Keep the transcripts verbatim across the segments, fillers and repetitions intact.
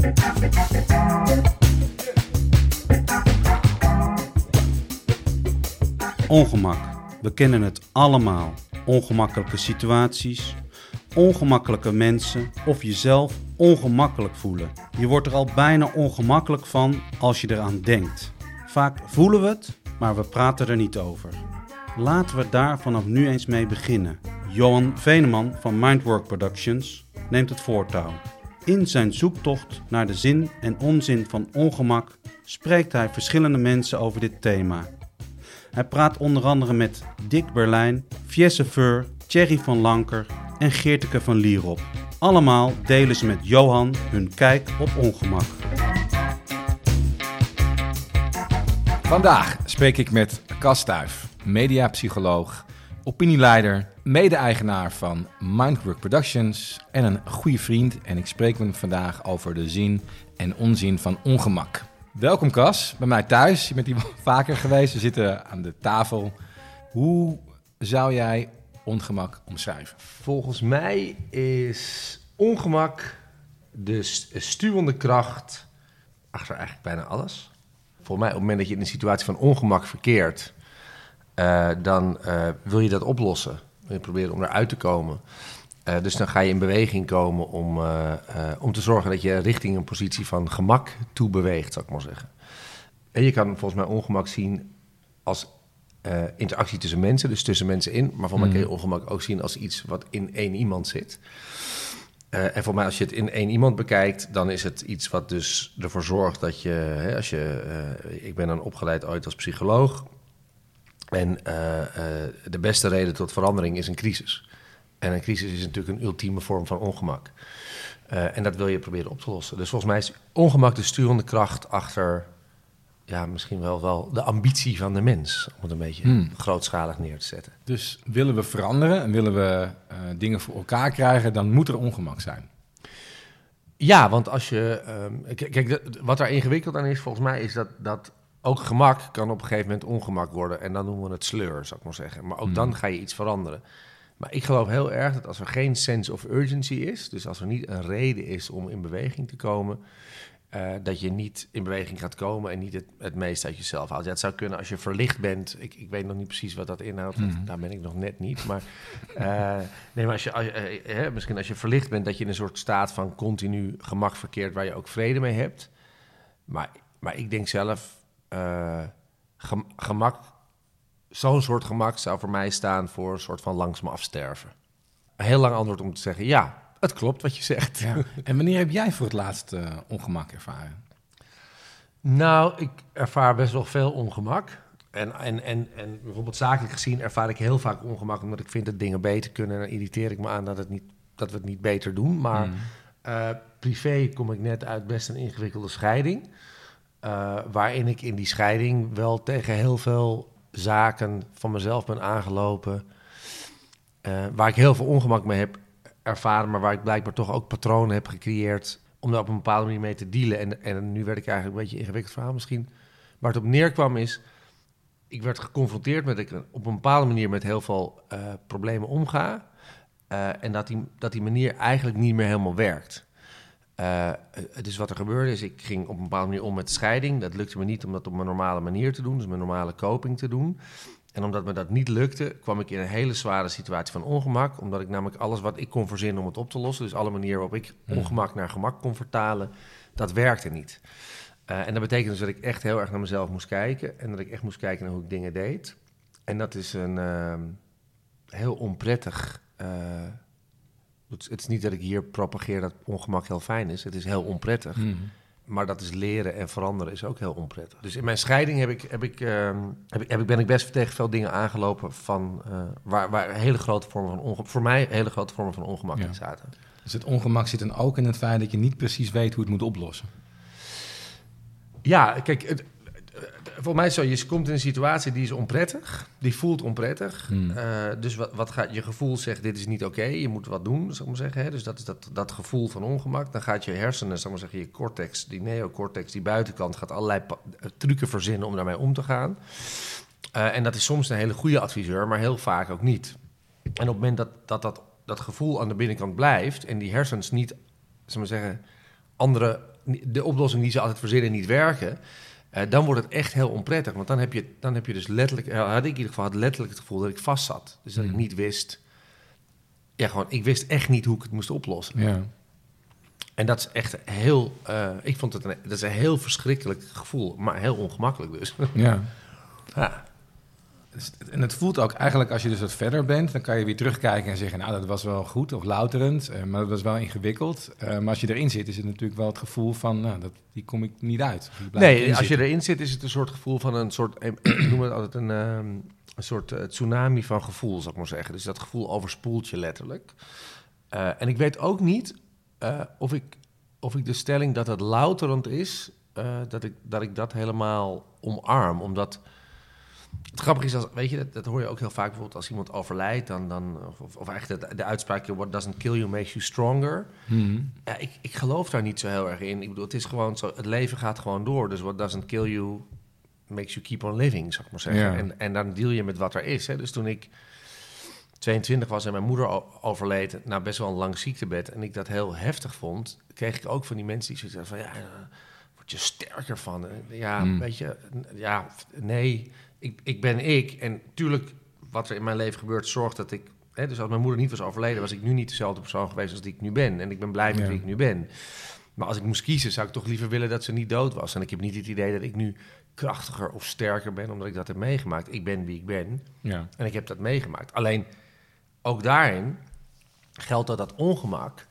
Ongemak. We kennen het allemaal. Ongemakkelijke situaties, ongemakkelijke mensen of jezelf ongemakkelijk voelen. Je wordt er al bijna ongemakkelijk van als je eraan denkt. Vaak voelen we het, maar we praten er niet over. Laten we daar vanaf nu eens mee beginnen. Johan Veneman van Mindwork Productions neemt het voortouw. In zijn zoektocht naar de zin en onzin van ongemak spreekt hij verschillende mensen over dit thema. Hij praat onder andere met Dick Berlijn, Fiesse Veur, Thierry van Lanker en Geerteke van Lierop. Allemaal delen ze met Johan hun kijk op ongemak. Vandaag spreek ik met Cas Stuyff, mediapsycholoog, opinieleider, mede-eigenaar van Mindwork Productions en een goede vriend. En ik spreek met hem vandaag over de zin en onzin van ongemak. Welkom Cas, bij mij thuis. Je bent hier wel vaker geweest. We zitten aan de tafel. Hoe zou jij ongemak omschrijven? Volgens mij is ongemak de stuwende kracht achter eigenlijk bijna alles. Volgens mij op het moment dat je in een situatie van ongemak verkeert, uh, dan uh, wil je dat oplossen. Wil je proberen om eruit te komen. Uh, dus dan ga je in beweging komen om, uh, uh, om te zorgen dat je richting een positie van gemak toe beweegt, zou ik maar zeggen. En je kan volgens mij ongemak zien als uh, interactie tussen mensen, dus tussen mensen in. Maar voor mij kun je ongemak ook zien als iets wat in één iemand zit. Uh, en voor mij, als je het in één iemand bekijkt, dan is het iets wat dus ervoor zorgt dat je, hè, als je, uh, ik ben dan opgeleid ooit als psycholoog. En uh, uh, de beste reden tot verandering is een crisis. En een crisis is natuurlijk een ultieme vorm van ongemak. Uh, en dat wil je proberen op te lossen. Dus volgens mij is ongemak de sturende kracht achter, ja, misschien wel, wel de ambitie van de mens. Om het een beetje hmm. grootschalig neer te zetten. Dus willen we veranderen en willen we uh, dingen voor elkaar krijgen, dan moet er ongemak zijn. Ja, want als je... Um, k- kijk, de, wat daar ingewikkeld aan is, volgens mij, is dat, dat ook gemak kan op een gegeven moment ongemak worden. En dan noemen we het sleur, zou ik maar zeggen. Maar ook hmm. dan ga je iets veranderen. Maar ik geloof heel erg dat als er geen sense of urgency is, dus als er niet een reden is om in beweging te komen, uh, dat je niet in beweging gaat komen en niet het, het meest uit jezelf haalt. Ja, het zou kunnen als je verlicht bent. Ik, ik weet nog niet precies wat dat inhoudt, want mm. daar ben ik nog net niet. Maar, uh, nee, maar als je, als je, uh, uh, misschien als je verlicht bent, dat je in een soort staat van continu gemak verkeert waar je ook vrede mee hebt. Maar, maar ik denk zelf, uh, gem, gemak... Zo'n soort gemak zou voor mij staan voor een soort van langzaam afsterven. Een heel lang antwoord om te zeggen, ja, het klopt wat je zegt. Ja. En wanneer heb jij voor het laatst uh, ongemak ervaren? Nou, ik ervaar best wel veel ongemak. En, en, en, en bijvoorbeeld zakelijk gezien ervaar ik heel vaak ongemak, omdat ik vind dat dingen beter kunnen. En dan irriteer ik me aan dat, het niet, dat we het niet beter doen. Maar mm. uh, privé kom ik net uit best een ingewikkelde scheiding. Uh, waarin ik in die scheiding wel tegen heel veel zaken van mezelf ben aangelopen, uh, waar ik heel veel ongemak mee heb ervaren, maar waar ik blijkbaar toch ook patronen heb gecreëerd om daar op een bepaalde manier mee te dealen. En, en nu werd ik eigenlijk een beetje een ingewikkeld verhaal misschien. Waar het op neerkwam is, ik werd geconfronteerd met dat ik op een bepaalde manier met heel veel uh, problemen omga. Uh, en dat die, dat die manier eigenlijk niet meer helemaal werkt. Uh, dus wat er gebeurde is, ik ging op een bepaalde manier om met scheiding. Dat lukte me niet om dat op mijn normale manier te doen, dus mijn normale coping te doen. En omdat me dat niet lukte, kwam ik in een hele zware situatie van ongemak. Omdat ik namelijk alles wat ik kon verzinnen om het op te lossen, dus alle manieren waarop ik ongemak naar gemak kon vertalen, dat werkte niet. Uh, en dat betekent dus dat ik echt heel erg naar mezelf moest kijken. En dat ik echt moest kijken naar hoe ik dingen deed. En dat is een uh, heel onprettig... Uh, Het is niet dat ik hier propageer dat ongemak heel fijn is. Het is heel onprettig. Mm-hmm. Maar dat is leren en veranderen is ook heel onprettig. Dus in mijn scheiding heb ik, heb ik, uh, heb ik, heb ik, ben ik best tegen veel dingen aangelopen van, uh, waar, waar hele grote vormen van ongemak, voor mij hele grote vormen van ongemak in zaten. Dus het ongemak zit dan ook in het feit dat je niet precies weet hoe het moet oplossen? Ja, kijk, het, volgens mij is zo, je komt in een situatie die is onprettig, die voelt onprettig. Hmm. Uh, dus wat, wat gaat je gevoel zegt, dit is niet oké, okay, je moet wat doen, zou ik maar zeggen. Hè? Dus dat is dat, dat gevoel van ongemak. Dan gaat je hersenen, zou ik maar zeggen, je cortex, die neocortex, die buitenkant, gaat allerlei pa- trucken verzinnen om daarmee om te gaan. Uh, en dat is soms een hele goede adviseur, maar heel vaak ook niet. En op het moment dat dat, dat, dat gevoel aan de binnenkant blijft en die hersens niet, zou ik maar zeggen, andere de oplossingen die ze altijd verzinnen niet werken, uh, dan wordt het echt heel onprettig. Want dan heb je, dan heb je dus letterlijk, uh, had ik in ieder geval had letterlijk het gevoel dat ik vast zat. Dus dat mm. ik niet wist, ja gewoon, ik wist echt niet hoe ik het moest oplossen. Ja. En dat is echt heel, uh, ik vond het een, dat is een heel verschrikkelijk gevoel, maar heel ongemakkelijk dus. Ja. ja. En het voelt ook eigenlijk, als je dus wat verder bent, dan kan je weer terugkijken en zeggen, nou, dat was wel goed of louterend, uh, maar dat was wel ingewikkeld. Uh, maar als je erin zit, is het natuurlijk wel het gevoel van, nou, dat, die kom ik niet uit. Nee, als je erin zit, is het een soort gevoel van een soort, ik noem het altijd een, um, een soort uh, tsunami van gevoel, zou ik maar zeggen. Dus dat gevoel overspoelt je letterlijk. Uh, en ik weet ook niet uh, of, ik, of ik de stelling dat het louterend is, uh, dat, ik, dat ik dat helemaal omarm, omdat... Het grappige is, als, weet je, dat, dat hoor je ook heel vaak bijvoorbeeld als iemand overlijdt, dan, dan, of, of eigenlijk de, de uitspraak, what doesn't kill you makes you stronger. Mm-hmm. Ja, ik, ik geloof daar niet zo heel erg in. Ik bedoel, het is gewoon zo, het leven gaat gewoon door. Dus what doesn't kill you makes you keep on living, zou ik maar zeggen. Ja. En, en dan deal je met wat er is. Hè. Dus toen ik tweeëntwintig was en mijn moeder overleed, nou best wel een lang ziektebed, en ik dat heel heftig vond, kreeg ik ook van die mensen die zoiets van, ja, word je sterker van. Ja, mm. weet je, ja, nee... Ik, ik ben ik en tuurlijk wat er in mijn leven gebeurt zorgt dat ik... Hè, dus als mijn moeder niet was overleden, was ik nu niet dezelfde persoon geweest als die ik nu ben. En ik ben blij met ja. wie ik nu ben. Maar als ik moest kiezen, zou ik toch liever willen dat ze niet dood was. En ik heb niet het idee dat ik nu krachtiger of sterker ben, omdat ik dat heb meegemaakt. Ik ben wie ik ben ja. en ik heb dat meegemaakt. Alleen, ook daarin geldt dat dat ongemak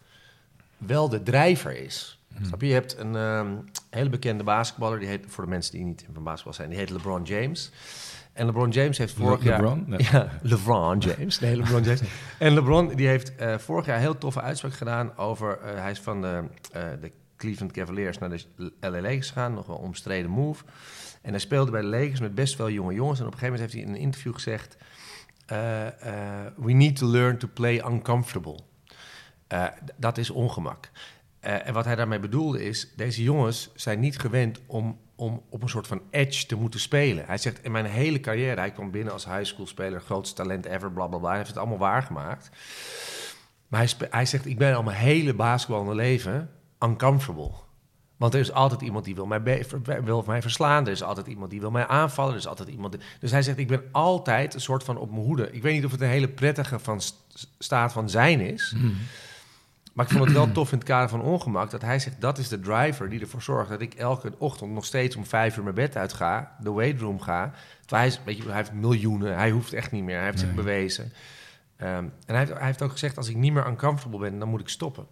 wel de drijver is. Hmm. Snap je? Je hebt een um, hele bekende basketballer, die heet, voor de mensen die niet van basketbal zijn, die heet LeBron James. En LeBron James heeft vorig Le- jaar... LeBron? Nee. Ja, LeBron James. Nee, LeBron James. En LeBron die heeft uh, vorig jaar een heel toffe uitspraak gedaan over... Uh, hij is van de, uh, de Cleveland Cavaliers naar de L A Lakers gegaan. Nog wel een omstreden move. En hij speelde bij de Lakers met best veel jonge jongens. En op een gegeven moment heeft hij in een interview gezegd... Uh, uh, we need to learn to play uncomfortable. Uh, d- dat is ongemak. Uh, en wat hij daarmee bedoelde is... deze jongens zijn niet gewend om... om op een soort van edge te moeten spelen. Hij zegt, in mijn hele carrière... hij kwam binnen als high school speler... grootste talent ever, bla, bla, bla. Hij heeft het allemaal waargemaakt. Maar hij, spe- hij zegt, ik ben al mijn hele basketballende leven... uncomfortable. Want er is altijd iemand die wil mij, be- wil mij verslaan. Er is altijd iemand die wil mij aanvallen. Er is altijd iemand... Die... Dus hij zegt, ik ben altijd een soort van op mijn hoede. Ik weet niet of het een hele prettige van st- staat van zijn is... Mm. Maar ik vond het wel tof in het kader van ongemak... dat hij zegt, dat is de driver die ervoor zorgt... dat ik elke ochtend nog steeds om vijf uur mijn bed uit ga... de weightroom ga. Terwijl hij, weet je, hij heeft miljoenen, hij hoeft echt niet meer. Hij heeft nee. zich bewezen. Um, en hij heeft, hij heeft ook gezegd... als ik niet meer uncomfortable ben, dan moet ik stoppen.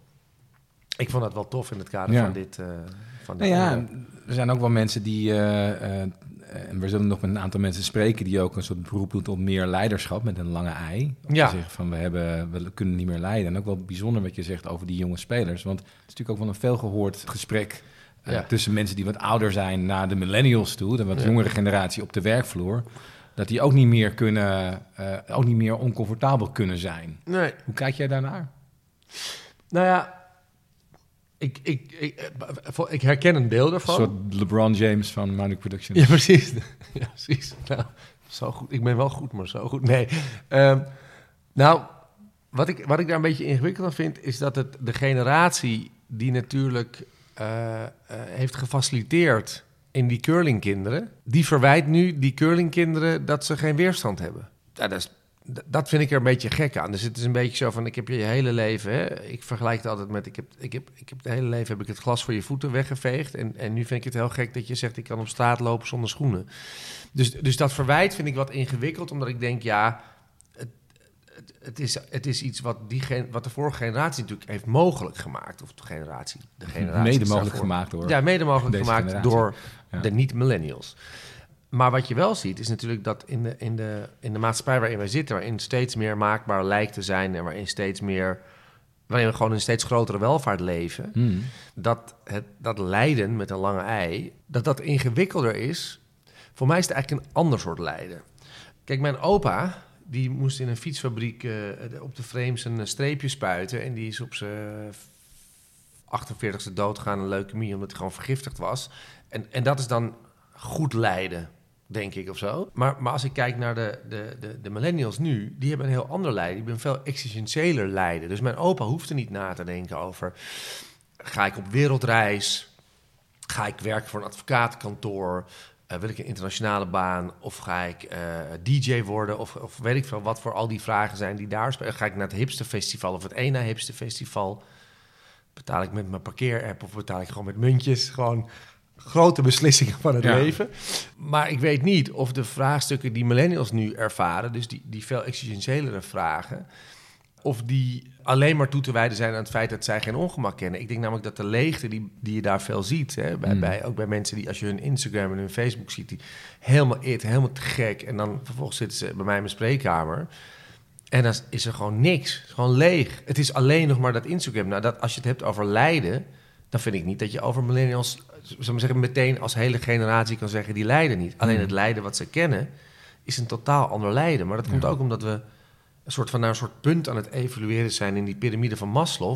Ik vond dat wel tof in het kader ja. van dit... Uh, van dit nou ja, er zijn ook wel mensen die... Uh, uh, en we zullen nog met een aantal mensen spreken... die ook een soort beroep doen op meer leiderschap... met een lange ei. Om ja. te zeggen van, we, hebben, we kunnen niet meer leiden. En ook wel bijzonder wat je zegt over die jonge spelers. Want het is natuurlijk ook wel een veelgehoord gesprek... Uh, ja. tussen mensen die wat ouder zijn... naar de millennials toe, de wat ja. jongere generatie op de werkvloer... dat die ook niet meer kunnen... Uh, ook niet meer oncomfortabel kunnen zijn. Nee. Hoe kijk jij daarnaar? Nou ja... Ik, ik, ik, ik herken een deel daarvan. Een soort LeBron James van Manic Productions. Ja, precies. Ja, precies. Nou, zo goed. Ik ben wel goed, maar zo goed. Nee. Um, nou, wat ik, wat ik daar een beetje ingewikkeld aan vind... is dat het de generatie die natuurlijk uh, uh, heeft gefaciliteerd... in die curlingkinderen... die verwijt nu die curlingkinderen dat ze geen weerstand hebben. Ja, dat is... Dat vind ik er een beetje gek aan. Dus het is een beetje zo van, ik heb je je hele leven... Hè, ik vergelijk het altijd met, ik heb, ik heb, ik heb het hele leven heb ik het glas voor je voeten weggeveegd... En, en nu vind ik het heel gek dat je zegt, ik kan op straat lopen zonder schoenen. Dus, dus dat verwijt vind ik wat ingewikkeld, omdat ik denk, ja... Het, het, het, is, het is iets wat, die, wat de vorige generatie natuurlijk heeft mogelijk gemaakt. Of de generatie, de generatie... Mede mogelijk gemaakt door... Ja, mede mogelijk gemaakt generatie. door ja. de niet-millennials. Maar wat je wel ziet, is natuurlijk dat in de, in, de, in de maatschappij waarin wij zitten... waarin steeds meer maakbaar lijkt te zijn... en waarin steeds meer... waarin we gewoon in steeds grotere welvaart leven... Mm. dat, het, dat lijden met een lange ei... dat dat ingewikkelder is. Voor mij is het eigenlijk een ander soort lijden. Kijk, mijn opa... die moest in een fietsfabriek uh, op de frames een streepje spuiten... en die is op zijn achtenveertigste doodgegaan aan leukemie... omdat hij gewoon vergiftigd was. En, en dat is dan goed lijden... denk ik, of zo. Maar, maar als ik kijk naar de, de, de, de millennials nu... die hebben een heel ander lijden. Die hebben een veel existentiëler lijden. Dus mijn opa hoefde niet na te denken over... ga ik op wereldreis? ga ik werken voor een advocatenkantoor? Uh, wil ik een internationale baan? Of ga ik uh, D J worden? Of, of weet ik veel wat voor al die vragen zijn die daar spelen. Ga ik naar het hipste festival of het één na hipste festival? Betaal ik met mijn parkeerapp of betaal ik gewoon met muntjes? Gewoon grote beslissingen van het ja. leven. Maar ik weet niet of de vraagstukken die millennials nu ervaren, dus die, die veel existentiëlere vragen, of die alleen maar toe te wijden zijn aan het feit dat zij geen ongemak kennen. Ik denk namelijk dat de leegte die, die je daar veel ziet, hè, bij, mm. bij, ook bij mensen die, als je hun Instagram en hun Facebook ziet, die helemaal it, helemaal te gek. En dan vervolgens zitten ze bij mij in mijn spreekkamer. En dan is er gewoon niks. Het is gewoon leeg. Het is alleen nog maar dat Instagram. Nou, dat, als je het hebt over lijden, dan vind ik niet dat je over millennials, zullen we zeggen, meteen als hele generatie kan zeggen, die lijden niet. Alleen mm. het lijden wat ze kennen, is een totaal ander lijden. Maar dat ja. komt ook omdat we een soort van naar een soort punt aan het evolueren zijn in die piramide van Maslow.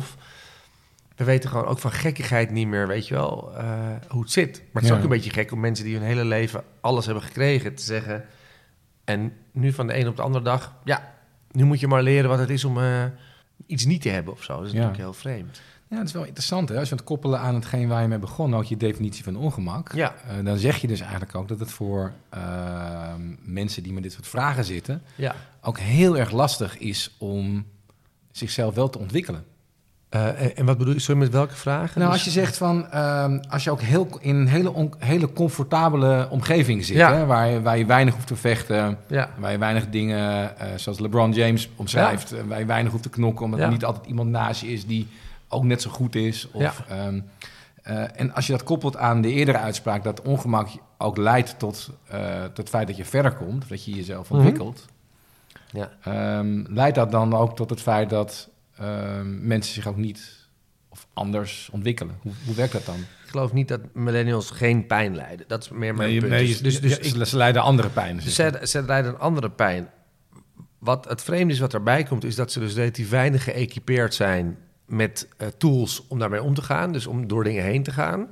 We weten gewoon ook van gekkigheid niet meer, weet je wel, uh, hoe het zit. Maar het is ja. ook een beetje gek om mensen die hun hele leven alles hebben gekregen te zeggen. En nu van de een op de andere dag, ja, nu moet je maar leren wat het is om uh, iets niet te hebben of zo. Dat is ja. natuurlijk heel vreemd. Ja, dat is wel interessant, hè? Als je het koppelen aan hetgeen waar je mee begon, ook je definitie van ongemak. Ja. Uh, dan zeg je dus eigenlijk ook dat het voor uh, mensen die met dit soort vragen zitten, ja. ook heel erg lastig is om zichzelf wel te ontwikkelen. Uh, en, en wat bedoel je, sorry, met welke vragen? Nou, dus... als je zegt van, uh, als je ook heel, in een hele, on, hele comfortabele omgeving zit, ja. hè, waar, je, waar je weinig hoeft te vechten, ja. waar je weinig dingen, uh, zoals LeBron James omschrijft, ja. uh, waar je weinig hoeft te knokken, omdat ja. er niet altijd iemand naast je is die ook net zo goed is. Of, ja. um, uh, en als je dat koppelt aan de eerdere uitspraak, dat ongemak ook leidt tot, uh, tot het feit dat je verder komt, of dat je jezelf ontwikkelt, mm-hmm. ja. um, leidt dat dan ook tot het feit dat um, mensen zich ook niet of anders ontwikkelen? Hoe, hoe werkt dat dan? Ik geloof niet dat millennials geen pijn lijden. Dat is meer mijn nee, punt. Nee, dus, dus, dus, dus ik, ze lijden andere pijn. Dus ze, ze lijden een andere pijn. Wat het vreemde is wat erbij komt, is dat ze dus relatief weinig geëquipeerd zijn met uh, tools om daarmee om te gaan, dus om door dingen heen te gaan.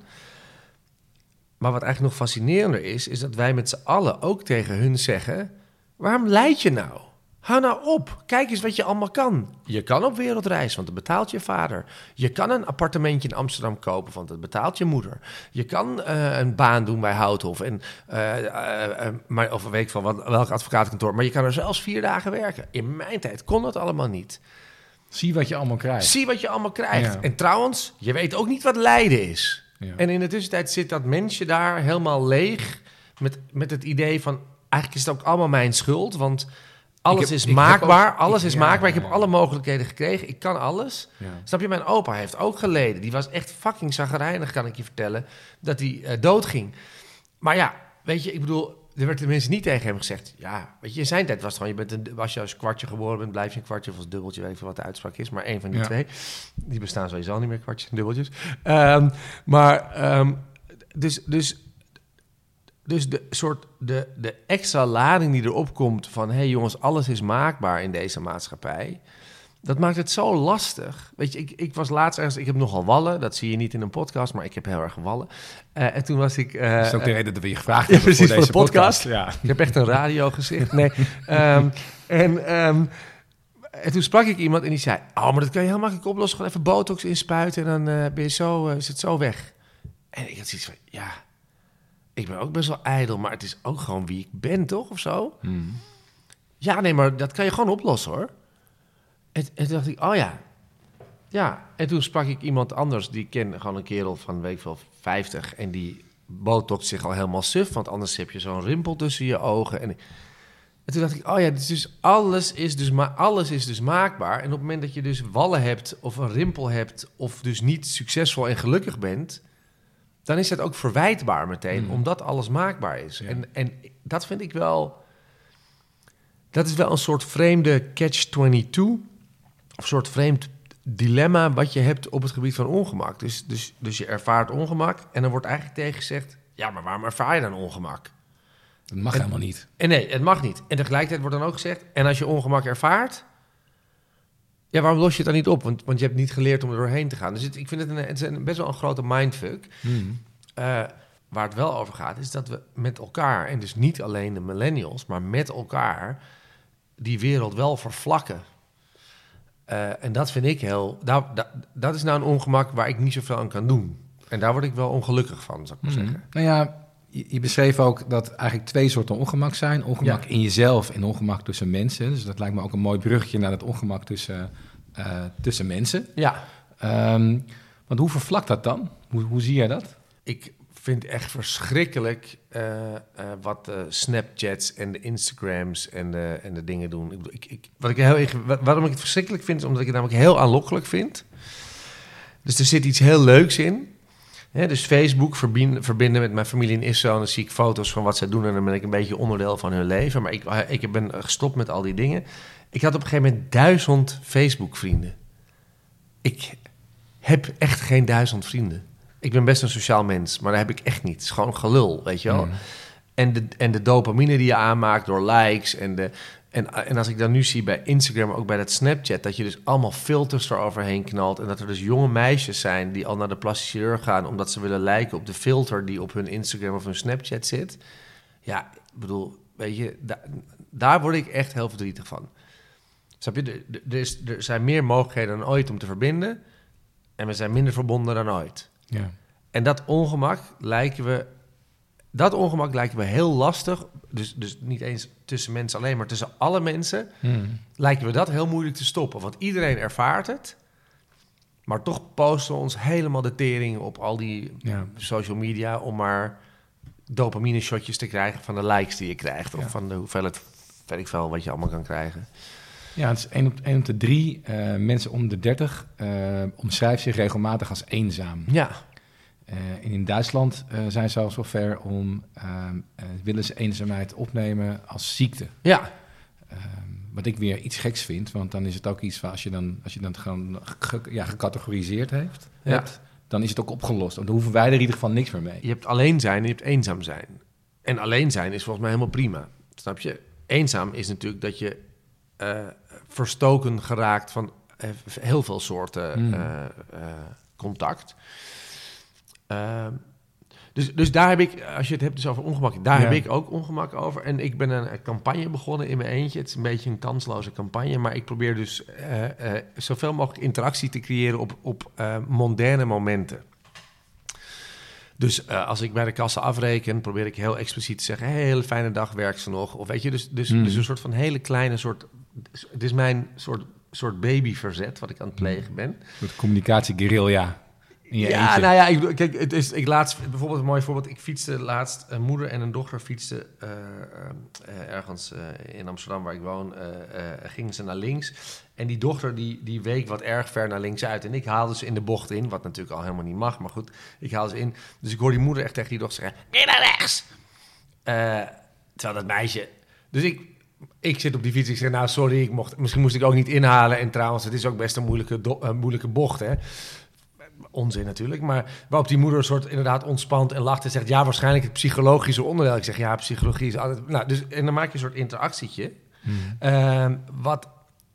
Maar wat eigenlijk nog fascinerender is, is dat wij met z'n allen ook tegen hun zeggen, waarom lijd je nou? Hou nou op, kijk eens wat je allemaal kan. Je kan op wereldreis, want dat betaalt je vader. Je kan een appartementje in Amsterdam kopen, want dat betaalt je moeder. Je kan uh, een baan doen bij Houthof, en, uh, uh, uh, maar, of weet ik van wat, welk advocatenkantoor, maar je kan er zelfs vier dagen werken. In mijn tijd kon dat allemaal niet. Zie wat je allemaal krijgt. Zie wat je allemaal krijgt. Ja. En trouwens, je weet ook niet wat lijden is. Ja. En in de tussentijd zit dat mensje daar helemaal leeg met, met het idee van, eigenlijk is het ook allemaal mijn schuld, want alles heb, is maakbaar. Ook, alles ik, is ja, maakbaar. Ik heb ja. alle mogelijkheden gekregen. Ik kan alles. Ja. Snap je? Mijn opa heeft ook geleden. Die was echt fucking chagrijnig, kan ik je vertellen, dat hij uh, doodging. Maar ja, weet je, ik bedoel, er werd tenminste niet tegen hem gezegd, ja, weet je, in zijn tijd was het gewoon, je bent een, als je als kwartje geboren bent, blijf je een kwartje of als dubbeltje, weet ik veel wat de uitspraak is, maar één van die ja. twee, die bestaan sowieso niet meer, kwartjes en dubbeltjes. Um, maar, um, dus, dus, dus de soort, de, de extra lading die erop komt van, hé hey jongens, alles is maakbaar in deze maatschappij, dat maakt het zo lastig. Weet je, ik, ik was laatst ergens, ik heb nogal wallen, dat zie je niet in een podcast, maar ik heb heel erg wallen. Uh, en toen was ik... Uh, dat is ook de reden dat we je gevraagd ja, hebben precies, voor deze voor de podcast. podcast. Ja. Ik heb echt een radiogezicht. Nee. um, en, um, en toen sprak ik iemand en die zei, oh, maar dat kan je heel makkelijk oplossen. Gewoon even botox inspuiten en dan uh, ben je zo, uh, is het zo weg. En ik had zoiets van, ja, ik ben ook best wel ijdel, maar het is ook gewoon wie ik ben, toch? Of zo? Hmm. Ja, nee, maar dat kan je gewoon oplossen, hoor. En, en toen dacht ik, oh ja. Ja, en toen sprak ik iemand anders, die ik ken, gewoon een kerel van, weet ik wel, vijftig. En die botoxt zich al helemaal suf, want anders heb je zo'n rimpel tussen je ogen. En, en toen dacht ik, oh ja, dus alles is dus, ma- alles is dus maakbaar. En op het moment dat je dus wallen hebt, of een rimpel hebt, of dus niet succesvol en gelukkig bent, dan is dat ook verwijtbaar meteen, mm. omdat alles maakbaar is. Ja. En, en dat vind ik wel, dat is wel een soort vreemde catch twenty-two, of een soort vreemd dilemma wat je hebt op het gebied van ongemak. Dus, dus, dus je ervaart ongemak en dan wordt eigenlijk tegen gezegd, ja, maar waarom ervaar je dan ongemak? Dat mag en, helemaal niet. En nee, het mag niet. En tegelijkertijd wordt dan ook gezegd, en als je ongemak ervaart, ja, waarom los je het dan niet op? Want, want je hebt niet geleerd om er doorheen te gaan. Dus het, ik vind het, een, het is een, best wel een grote mindfuck. Hmm. Uh, waar het wel over gaat, is dat we met elkaar, en dus niet alleen de millennials, maar met elkaar die wereld wel vervlakken. Uh, en dat vind ik heel... Dat, dat, dat is nou een ongemak waar ik niet zoveel aan kan doen. En daar word ik wel ongelukkig van, zou ik maar Mm. zeggen. Nou ja, je, je beschreef ook dat eigenlijk twee soorten ongemak zijn. Ongemak Ja. in jezelf en ongemak tussen mensen. Dus dat lijkt me ook een mooi bruggetje naar dat ongemak tussen, uh, tussen mensen. Ja. Um, want hoe vervlakt dat dan? Hoe, hoe zie jij dat? Ik vind echt verschrikkelijk uh, uh, wat de Snapchats en de Instagrams en de, en de dingen doen. Ik, ik, ik, wat ik heel, waarom ik het verschrikkelijk vind, is omdat ik het namelijk heel aanlokkelijk vind. Dus er zit iets heel leuks in. He, dus Facebook verbinden, verbinden met mijn familie in Israël. En dan zie ik foto's van wat zij doen en dan ben ik een beetje onderdeel van hun leven. Maar ik, ik ben gestopt met al die dingen. Ik had op een gegeven moment duizend Facebook-vrienden. Ik heb echt geen duizend vrienden. Ik ben best een sociaal mens, maar dat heb ik echt niet. Het is gewoon gelul, weet je wel. Mm. En, de, en de dopamine die je aanmaakt door likes en de... En, en als ik dan nu zie bij Instagram, ook bij dat Snapchat, dat je dus allemaal filters eroverheen knalt. En dat er dus jonge meisjes zijn die al naar de plastische chirurg gaan omdat ze willen lijken op de filter die op hun Instagram of hun Snapchat zit. Ja, ik bedoel, weet je, da, daar word ik echt heel verdrietig van. Snap je? Er, er, is, er zijn meer mogelijkheden dan ooit om te verbinden. En we zijn minder verbonden dan ooit. Ja. En dat ongemak lijken we... Dat ongemak lijken we heel lastig. Dus, dus niet eens tussen mensen alleen, maar tussen alle mensen. Hmm. Lijken we dat heel moeilijk te stoppen. Want iedereen ervaart het. Maar toch posten we ons helemaal de tering op al die ja. social media... om maar dopamine-shotjes te krijgen van de likes die je krijgt. Of ja. van de hoeveelheid, weet ik veel, wat je allemaal kan krijgen. Ja, het is één op, één op de drie uh, mensen onder de dertig uh, omschrijft zich regelmatig als eenzaam. Ja. Uh, en in Duitsland uh, zijn ze al zover om, uh, uh, willen ze eenzaamheid opnemen als ziekte. Ja. Uh, wat ik weer iets geks vind, want dan is het ook iets van als je dan, als je dan gewoon ge, ja, gecategoriseerd heeft, ja. hebt, dan is het ook opgelost. Dan hoeven wij er in ieder geval niks meer mee. Je hebt alleen zijn en je hebt eenzaam zijn. En alleen zijn is volgens mij helemaal prima. Snap je? Eenzaam is natuurlijk dat je uh, verstoken geraakt van uh, heel veel soorten mm. uh, uh, contact. Uh, dus, dus daar heb ik, als je het hebt dus over ongemak, daar ja. heb ik ook ongemak over. En ik ben een campagne begonnen in mijn eentje. Het is een beetje een kansloze campagne, maar ik probeer dus uh, uh, zoveel mogelijk interactie te creëren op, op uh, mondaine momenten. Dus uh, als ik bij de kassa afreken, probeer ik heel expliciet te zeggen, hey, hele fijne dag, werk ze nog? Of weet je, dus, dus, mm. dus een soort van hele kleine soort, het is mijn soort, soort babyverzet wat ik aan het plegen ben. Een soort communicatie-guerrilla. Ja, eentje. nou ja, ik, kijk, het is, ik laatst, bijvoorbeeld een mooi voorbeeld. Ik fietste laatst, een moeder en een dochter fietsten uh, uh, ergens uh, in Amsterdam, waar ik woon, uh, uh, gingen ze naar links. En die dochter, die, die week wat erg ver naar links uit. En ik haalde ze in de bocht in, wat natuurlijk al helemaal niet mag, maar goed, ik haalde ze in. Dus ik hoor die moeder echt tegen die dochter zeggen, nee, naar rechts! Uh, terwijl dat meisje... Dus ik... Ik zit op die fiets, ik zeg, nou sorry, ik mocht, misschien moest ik ook niet inhalen. En trouwens, het is ook best een moeilijke, do, uh, moeilijke bocht, hè. Onzin natuurlijk, maar waarop die moeder een soort inderdaad ontspant en lacht en zegt, ja, waarschijnlijk het psychologische onderdeel. Ik zeg, ja, psychologie is altijd... Nou, dus, en dan maak je een soort interactietje. Hmm. Uh, wat,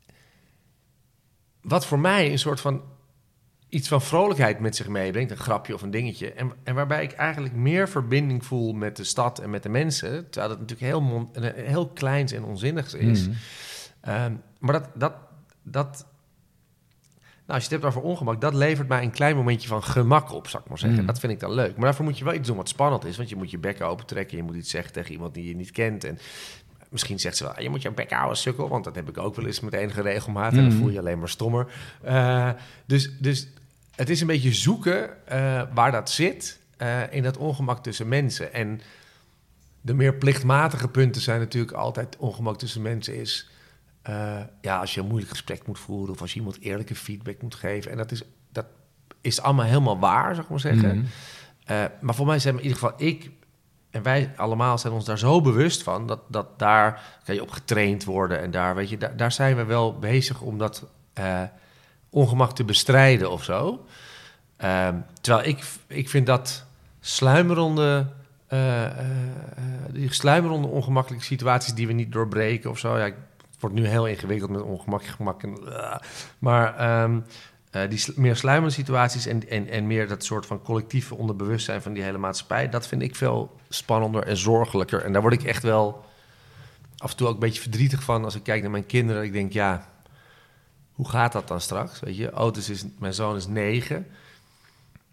wat voor mij een soort van iets van vrolijkheid met zich meebrengt, een grapje of een dingetje. En, en waarbij ik eigenlijk meer verbinding voel met de stad en met de mensen, terwijl het natuurlijk heel, mon, heel kleins en onzinnigs is. Hmm. Uh, maar dat... dat, dat Nou, als je het hebt over ongemak, dat levert mij een klein momentje van gemak op, zou ik maar zeggen. Mm. Dat vind ik dan leuk. Maar daarvoor moet je wel iets doen wat spannend is. Want je moet je bek open trekken, je moet iets zeggen tegen iemand die je niet kent. En misschien zegt ze wel, je moet je bek houden, sukkel. Want dat heb ik ook wel eens met enige regelmaat. Mm. En dan voel je je alleen maar stommer. Uh, dus, dus het is een beetje zoeken uh, waar dat zit uh, in dat ongemak tussen mensen. En de meer plichtmatige punten zijn natuurlijk altijd ongemak tussen mensen is... Uh, ja, als je een moeilijk gesprek moet voeren of als je iemand eerlijke feedback moet geven. En dat is, dat is allemaal helemaal waar, zou ik maar zeggen. Mm-hmm. Uh, maar voor mij zijn we in ieder geval ik en wij allemaal zijn ons daar zo bewust van dat, dat daar kan je op getraind worden. En daar, weet je, daar, daar zijn we wel bezig om dat uh, ongemak te bestrijden of zo. Uh, terwijl ik, ik vind dat sluimerende... Uh, uh, die sluimerende ongemakkelijke situaties die we niet doorbreken of zo. Ja, ik, het wordt nu heel ingewikkeld met ongemak, gemak en... Uh, maar um, uh, die sl- meer sluimerende situaties en, en, en meer dat soort van collectieve onderbewustzijn van die hele maatschappij, dat vind ik veel spannender en zorgelijker. En daar word ik echt wel af en toe ook een beetje verdrietig van als ik kijk naar mijn kinderen. Ik denk, ja, hoe gaat dat dan straks? Weet je, Otis is, mijn zoon is negen.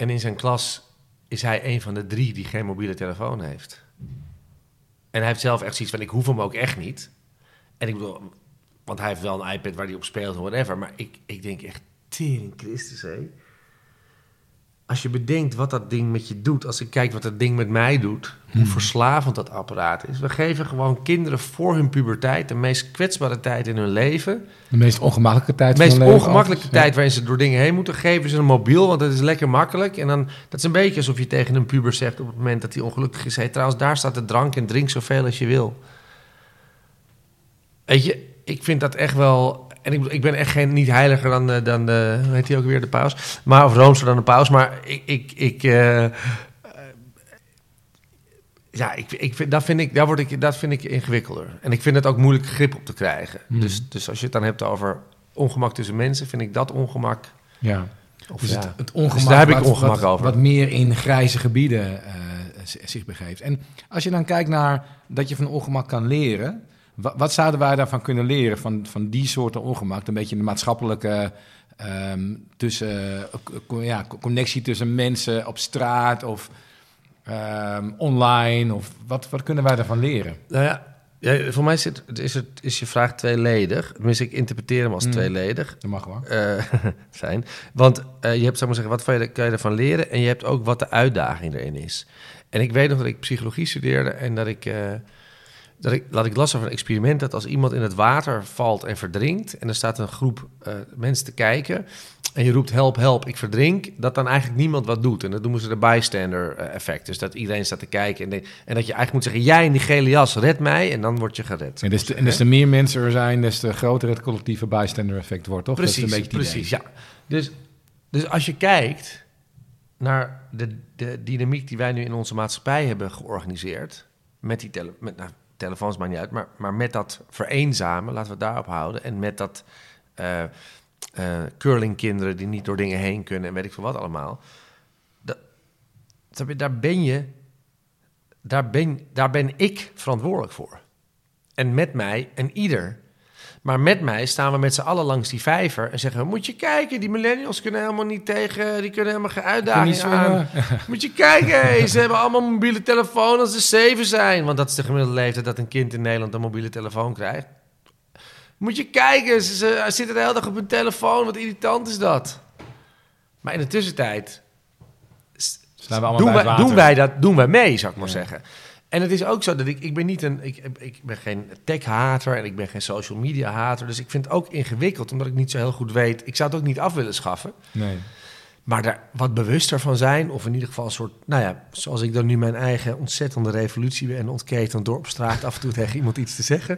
En in zijn klas is hij een van de drie die geen mobiele telefoon heeft. En hij heeft zelf echt zoiets van, ik hoef hem ook echt niet. En ik bedoel, want hij heeft wel een iPad waar hij op speelt of whatever. Maar ik, ik denk echt, tering Christus, hé. Als je bedenkt wat dat ding met je doet, als ik kijk wat dat ding met mij doet, hoe hmm. verslavend dat apparaat is. We geven gewoon kinderen voor hun puberteit de meest kwetsbare tijd in hun leven. De meest ongemakkelijke tijd De meest van hun leven. ongemakkelijke Ja. tijd waarin ze door dingen heen moeten. Geven ze een mobiel, want dat is lekker makkelijk. En dan, dat is een beetje alsof je tegen een puber zegt op het moment dat hij ongelukkig is. Hey, trouwens, daar staat de drank en drink zoveel als je wil. Weet je, ik vind dat echt wel... En ik, ik ben echt geen, niet heiliger dan de, dan de... Hoe heet hij ook weer? De paus? Maar, of roomser dan de paus. Maar ik... ik, ik uh, ja, ik, ik vind, dat, vind ik, daar word ik, dat vind ik ingewikkelder. En ik vind het ook moeilijk grip op te krijgen. Hmm. Dus, dus als je het dan hebt over ongemak tussen mensen... vind ik dat ongemak... Ja. Of, dus ja. het, het ongemak, dus daar heb ik wat, ongemak wat, over. Wat meer in grijze gebieden uh, zich begeeft. En als je dan kijkt naar dat je van ongemak kan leren... Wat, wat zouden wij daarvan kunnen leren, van, van die soorten ongemak? Een beetje de maatschappelijke um, tussen, uh, ja, connectie tussen mensen op straat of um, online. Of wat, wat kunnen wij daarvan leren? Nou ja, ja voor mij is, het, is, het, is je vraag tweeledig. Tenminste, ik interpreteer hem als mm. tweeledig. Dat mag wel. Uh, zijn. Want uh, je hebt, zou maar zeggen, wat kan je, kan je ervan leren? En je hebt ook wat de uitdaging erin is. En ik weet nog dat ik psychologie studeerde en dat ik... Uh, Dat ik, laat ik las over een experiment dat als iemand in het water valt en verdrinkt... en er staat een groep uh, mensen te kijken... en je roept help, help, ik verdrink... dat dan eigenlijk niemand wat doet. En dat noemen ze de bystander effect. Dus dat iedereen staat te kijken... en, de, en dat je eigenlijk moet zeggen... jij in die gele jas, red mij... en dan word je gered. En des te, en des te meer mensen er zijn... des te groter het collectieve bystander effect wordt, toch? Precies, dat is een beetje precies, ja. Dus, dus als je kijkt naar de, de dynamiek... die wij nu in onze maatschappij hebben georganiseerd... met die tele, met, nou, telefoons maakt niet uit, maar, maar met dat vereenzamen, laten we het daarop houden. En met dat uh, uh, curlingkinderen die niet door dingen heen kunnen en weet ik veel wat allemaal. Dat, daar ben je, daar ben, daar ben ik verantwoordelijk voor. En met mij en ieder. Maar met mij staan we met z'n allen langs die vijver en zeggen... moet je kijken, die millennials kunnen helemaal niet tegen... die kunnen helemaal geen uitdaging aan. Moet je kijken, hey, ze hebben allemaal een mobiele telefoon als ze zeven zijn. Want dat is de gemiddelde leeftijd dat een kind in Nederland een mobiele telefoon krijgt. Moet je kijken, ze, ze zitten de hele dag op hun telefoon. Wat irritant is dat. Maar in de tussentijd... Slaan we allemaal doen, bij wij, het doen wij dat doen wij mee, zou ik maar ja. zeggen. En het is ook zo dat ik, ik ben niet een, ik, ik ben geen tech-hater en ik ben geen social media-hater. Dus ik vind het ook ingewikkeld, omdat ik niet zo heel goed weet. Ik zou het ook niet af willen schaffen. Nee. Maar daar wat bewuster van zijn, of in ieder geval een soort, nou ja, zoals ik dan nu mijn eigen ontzettende revolutie ben ontketend door op straat af en toe tegen iemand iets te zeggen.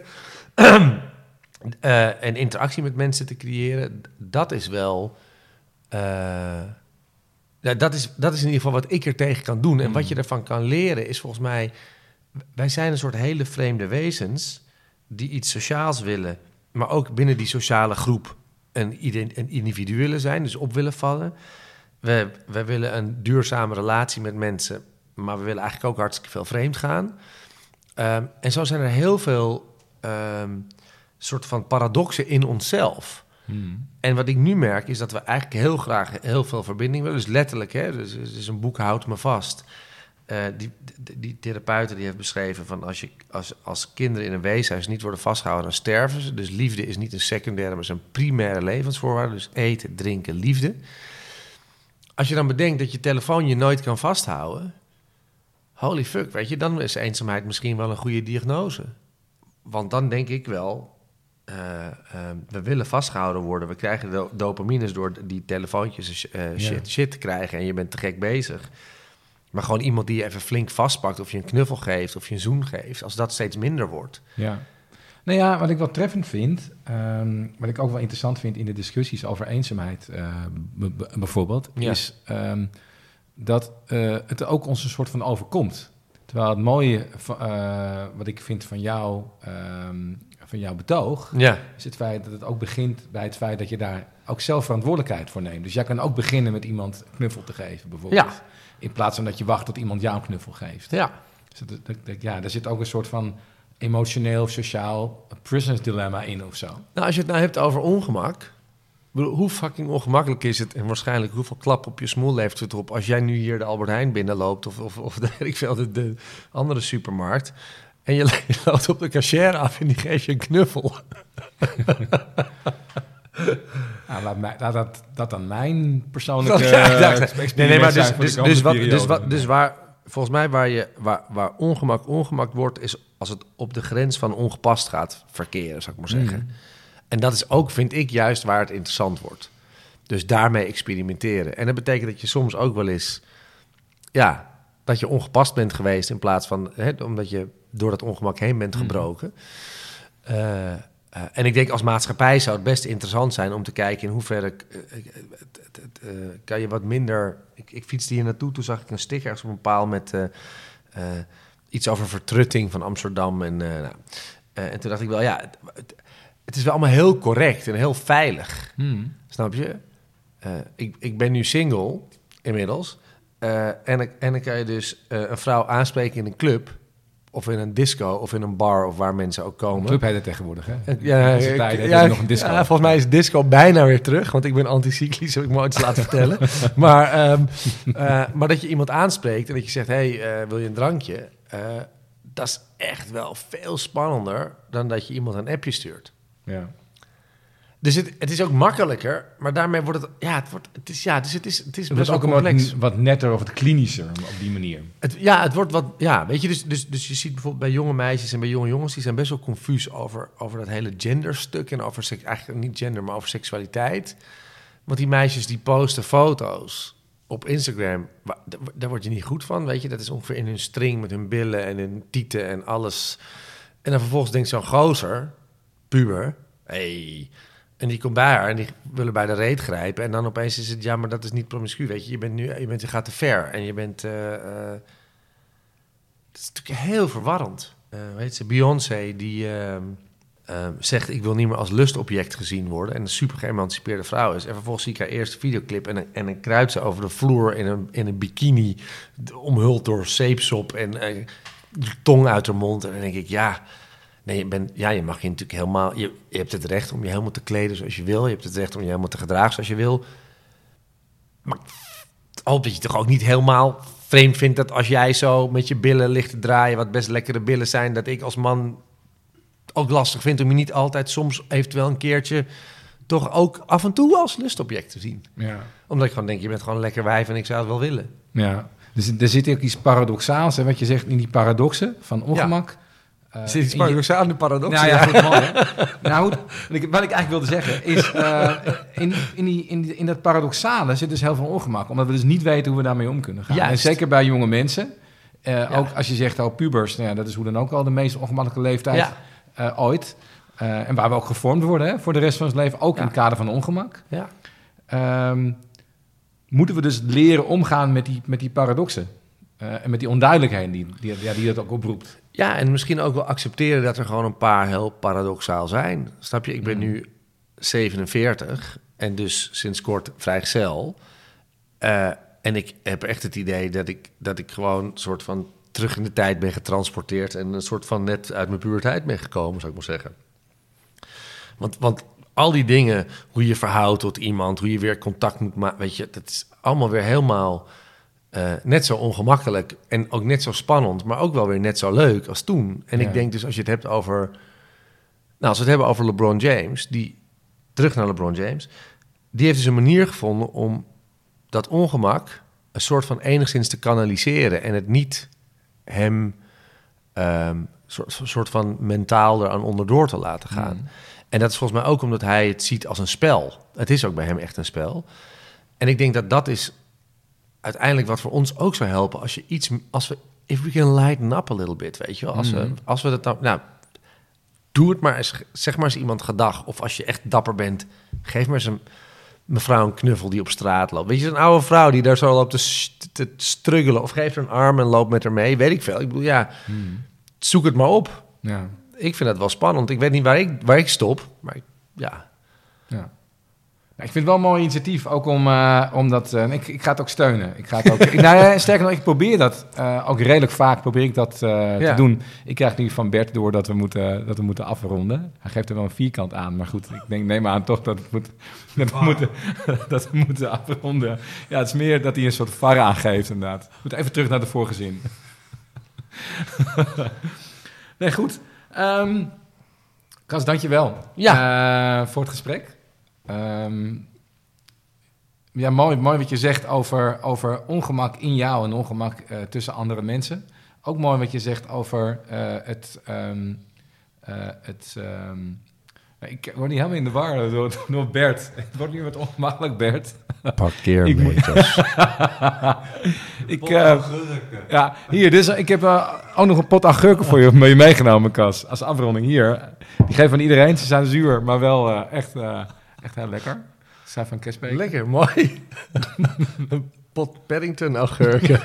uh, en interactie met mensen te creëren, dat is wel... Uh, Ja, dat, is, dat is in ieder geval wat ik er tegen kan doen. En wat je ervan kan leren is volgens mij... wij zijn een soort hele vreemde wezens... die iets sociaals willen... maar ook binnen die sociale groep een, een individu willen zijn... dus op willen vallen. We, we willen een duurzame relatie met mensen... maar we willen eigenlijk ook hartstikke veel vreemd gaan. Um, en zo zijn er heel veel... Um, soort van paradoxen in onszelf... Hmm. En wat ik nu merk is dat we eigenlijk heel graag heel veel verbinding willen. Dus letterlijk, hè, dus, dus een boek houdt me vast. Uh, die, die, die therapeute die heeft beschreven van als, je, als, als kinderen in een weeshuis niet worden vastgehouden, dan sterven ze. Dus liefde is niet een secundaire, maar is een primaire levensvoorwaarde. Dus eten, drinken, liefde. Als je dan bedenkt dat je telefoon je nooit kan vasthouden, holy fuck, weet je, dan is eenzaamheid misschien wel een goede diagnose. Want dan denk ik wel... Uh, uh, we willen vastgehouden worden. We krijgen do- dopamines door die telefoontjes uh, shit, ja. shit te krijgen en je bent te gek bezig. Maar gewoon iemand die je even flink vastpakt... of je een knuffel geeft of je een zoen geeft... als dat steeds minder wordt. Ja. Nou ja, wat ik wel treffend vind... Um, wat ik ook wel interessant vind in de discussies over eenzaamheid... Uh, b- b- bijvoorbeeld... Ja. is um, dat uh, het ook ons een soort van overkomt. Terwijl het mooie uh, wat ik vind van jou... Um, van jouw betoog, ja. is het feit dat het ook begint bij het feit dat je daar ook zelf verantwoordelijkheid voor neemt. Dus jij kan ook beginnen met iemand een knuffel te geven, bijvoorbeeld. Ja. In plaats van dat je wacht tot iemand jou een knuffel geeft. Ja. Dus dat, dat, dat, ja, daar zit ook een soort van emotioneel, sociaal prisoner's dilemma in of zo. Nou, als je het nou hebt over ongemak, bedoel, hoe fucking ongemakkelijk is het... en waarschijnlijk hoeveel klap op je smoel levert het op... als jij nu hier de Albert Heijn binnenloopt... of, of, of de, ik veel, de, de andere supermarkt... en je, je loopt op de cashier af en die geeft je een knuffel. Nou, laat, mij, laat dat, dat dan mijn persoonlijke... Ja, ja, ja. Nee, nee, maar dus, dus, dus, dus, wat, dus, wat, dus waar... Volgens mij waar, je, waar, waar ongemak ongemak wordt... is als het op de grens van ongepast gaat verkeren, zou ik maar zeggen. Mm. En dat is ook, vind ik, juist waar het interessant wordt. Dus daarmee experimenteren. En dat betekent dat je soms ook wel eens... ja, dat je ongepast bent geweest... in plaats van, hè, omdat je door dat ongemak heen bent gebroken. Mm. Uh, uh, en ik denk als maatschappij zou het best interessant zijn... om te kijken in hoeverre uh, uh, uh, kan je wat minder... Ik, ik fietste hier naartoe, toen zag ik een sticker ergens op een paal... met uh, uh, iets over vertrutting van Amsterdam. En, uh, nou, uh, en toen dacht ik wel, ja... Het, het, het is wel allemaal heel correct en heel veilig. Hmm. Snap je? Uh, ik, ik ben nu single, inmiddels. Uh, en, ik, en dan kan je dus uh, een vrouw aanspreken in een club... of in een disco, of in een bar, of waar mensen ook komen. Club heet het tegenwoordig, hè? Uh, ja, ja, tijd, ja, ja, nog een disco. Ja, volgens mij is disco bijna weer terug... want ik ben anticyclisch, heb ik me ooit eens laten vertellen. Maar, um, uh, maar dat je iemand aanspreekt en dat je zegt... hey, uh, wil je een drankje? Uh, dat is echt wel veel spannender... dan dat je iemand een appje stuurt. Ja. Dus het, het is ook makkelijker, maar daarmee wordt het... Ja, het, wordt, het is, ja, dus het is, het is het best wel ook complex. Wat, wat netter of wat klinischer op die manier. Het, ja, het wordt wat... Ja, weet je, dus, dus, dus je ziet bijvoorbeeld bij jonge meisjes en bij jonge jongens... die zijn best wel confuus over, over dat hele genderstuk... en over, eigenlijk niet gender, maar over seksualiteit. Want die meisjes die posten foto's op Instagram... Waar, daar word je niet goed van, weet je. Dat is ongeveer in hun string met hun billen en hun tieten en alles. En dan vervolgens denkt zo'n gozer, puber... Hey, en die komt bij haar en die willen bij de reet grijpen. En dan opeens is het, ja, maar dat is niet promiscu, weet je. Je bent nu, je, bent, je gaat te ver en je bent... Uh, uh, dat is natuurlijk heel verwarrend. Uh, weet ze, Beyoncé, die uh, uh, zegt... ik wil niet meer als lustobject gezien worden... en een super geëmancipeerde vrouw is. En vervolgens zie ik haar eerste videoclip... en, en dan kruipt ze over de vloer in een, in een bikini... omhuld door zeepsop en uh, tong uit haar mond. En dan denk ik, ja... Nee, je, bent, ja, je mag je natuurlijk helemaal... Je, je hebt het recht om je helemaal te kleden zoals je wil. Je hebt het recht om je helemaal te gedragen zoals je wil. Maar ik hoop dat je toch ook niet helemaal vreemd vindt... dat als jij zo met je billen ligt te draaien... wat best lekkere billen zijn... dat ik als man ook lastig vind om je niet altijd... soms eventueel een keertje... toch ook af en toe als lustobject te zien. Ja. Omdat ik gewoon denk, je bent gewoon een lekker wijf... en ik zou het wel willen. Ja, dus er zit ook iets paradoxaals... en wat je zegt in die paradoxen van ongemak... Ja. Uh, Zit iets paradoxaal in de paradox? Nou ja, goed, mooi. Nou, goed, wat, ik, wat ik eigenlijk wilde zeggen is... Uh, in, in, die, in, die, in dat paradoxale zit dus heel veel ongemak. Omdat we dus niet weten hoe we daarmee om kunnen gaan. Juist. En zeker bij jonge mensen. Uh, ja. Ook als je zegt, oh, pubers... Nou ja, dat is hoe dan ook al de meest ongemakkelijke leeftijd ja. uh, ooit. Uh, en waar we ook gevormd worden hè, voor de rest van ons leven. Ook ja. in het kader van ongemak. Ja. Um, moeten we dus leren omgaan met die, met die paradoxen. Uh, en met die onduidelijkheden die, die, ja, die dat ook oproept. Ja, en misschien ook wel accepteren dat er gewoon een paar heel paradoxaal zijn. Snap je? Ik ben mm. nu zevenenveertig en dus sinds kort vrijgezel. Uh, en ik heb echt het idee dat ik, dat ik gewoon een soort van terug in de tijd ben getransporteerd... en een soort van net uit mijn puberteit ben gekomen, zou ik maar zeggen. Want, want al die dingen, hoe je verhoudt tot iemand... hoe je weer contact moet maken, weet je... dat is allemaal weer helemaal... Uh, net zo ongemakkelijk en ook net zo spannend... maar ook wel weer net zo leuk als toen. En ja. ik denk dus als je het hebt over... Nou, als we het hebben over LeBron James... die terug naar LeBron James... die heeft dus een manier gevonden om dat ongemak... een soort van enigszins te kanaliseren... en het niet hem... Um, soort, soort van mentaal eraan onderdoor te laten gaan. Mm. En dat is volgens mij ook omdat hij het ziet als een spel. Het is ook bij hem echt een spel. En ik denk dat dat is... uiteindelijk wat voor ons ook zou helpen... als je iets... als we if we can lighten up a little bit, weet je wel. Als, mm-hmm. we, als we dat nou... nou doe het maar eens... zeg maar eens iemand gedag. Of als je echt dapper bent... geef maar eens een mevrouw een knuffel die op straat loopt. Weet je, een oude vrouw die daar zo loopt te, st- te struggelen... of geef haar een arm en loop met haar mee. Weet ik veel. Ik bedoel, ja... Mm. Zoek het maar op. Ja. Ik vind dat wel spannend. Ik weet niet waar ik, waar ik stop. Maar ik, ja... Ja. Ik vind het wel een mooi initiatief, ook om, uh, om dat... Uh, ik, ik ga het ook steunen. Ik ga het ook, ik, nou ja, sterker nog, ik probeer dat uh, ook redelijk vaak probeer ik dat uh, ja. te doen. Ik krijg nu van Bert door dat we, moeten, dat we moeten afronden. Hij geeft er wel een vierkant aan, maar goed, ik denk, neem aan toch dat, het moet, dat, we, moeten, dat we moeten afronden. Ja, het is meer dat hij een soort var aangeeft, inderdaad. We moeten even terug naar de vorige zin. Nee, goed. Um, Cas, dank je wel ja. uh, voor het gesprek. Um, ja, mooi, mooi wat je zegt over, over ongemak in jou en ongemak uh, tussen andere mensen. Ook mooi wat je zegt over uh, het... Um, uh, het um, ik word niet helemaal in de war door, door Bert. Het wordt nu wat ongemakkelijk, Bert. Parkeermeters. ik, uh, ja, hier, dus ik heb uh, ook nog een pot agurken voor je mee meegenomen, Cas. Als afronding hier. Die geven van iedereen. Ze zijn zuur, maar wel uh, echt, uh, echt heel lekker. Ze zijn van Kesbeek. Lekker, mooi. Een pot Paddington agurken.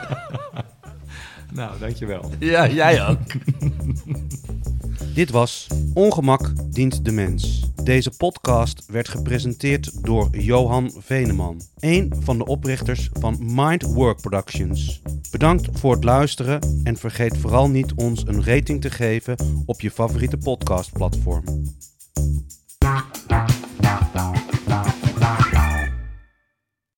Nou, dankjewel. Ja, jij ook. Dit was Ongemak dient de mens. Deze podcast werd gepresenteerd door Johan Veneman, een van de oprichters van Mind Work Productions. Bedankt voor het luisteren en vergeet vooral niet ons een rating te geven op je favoriete podcastplatform.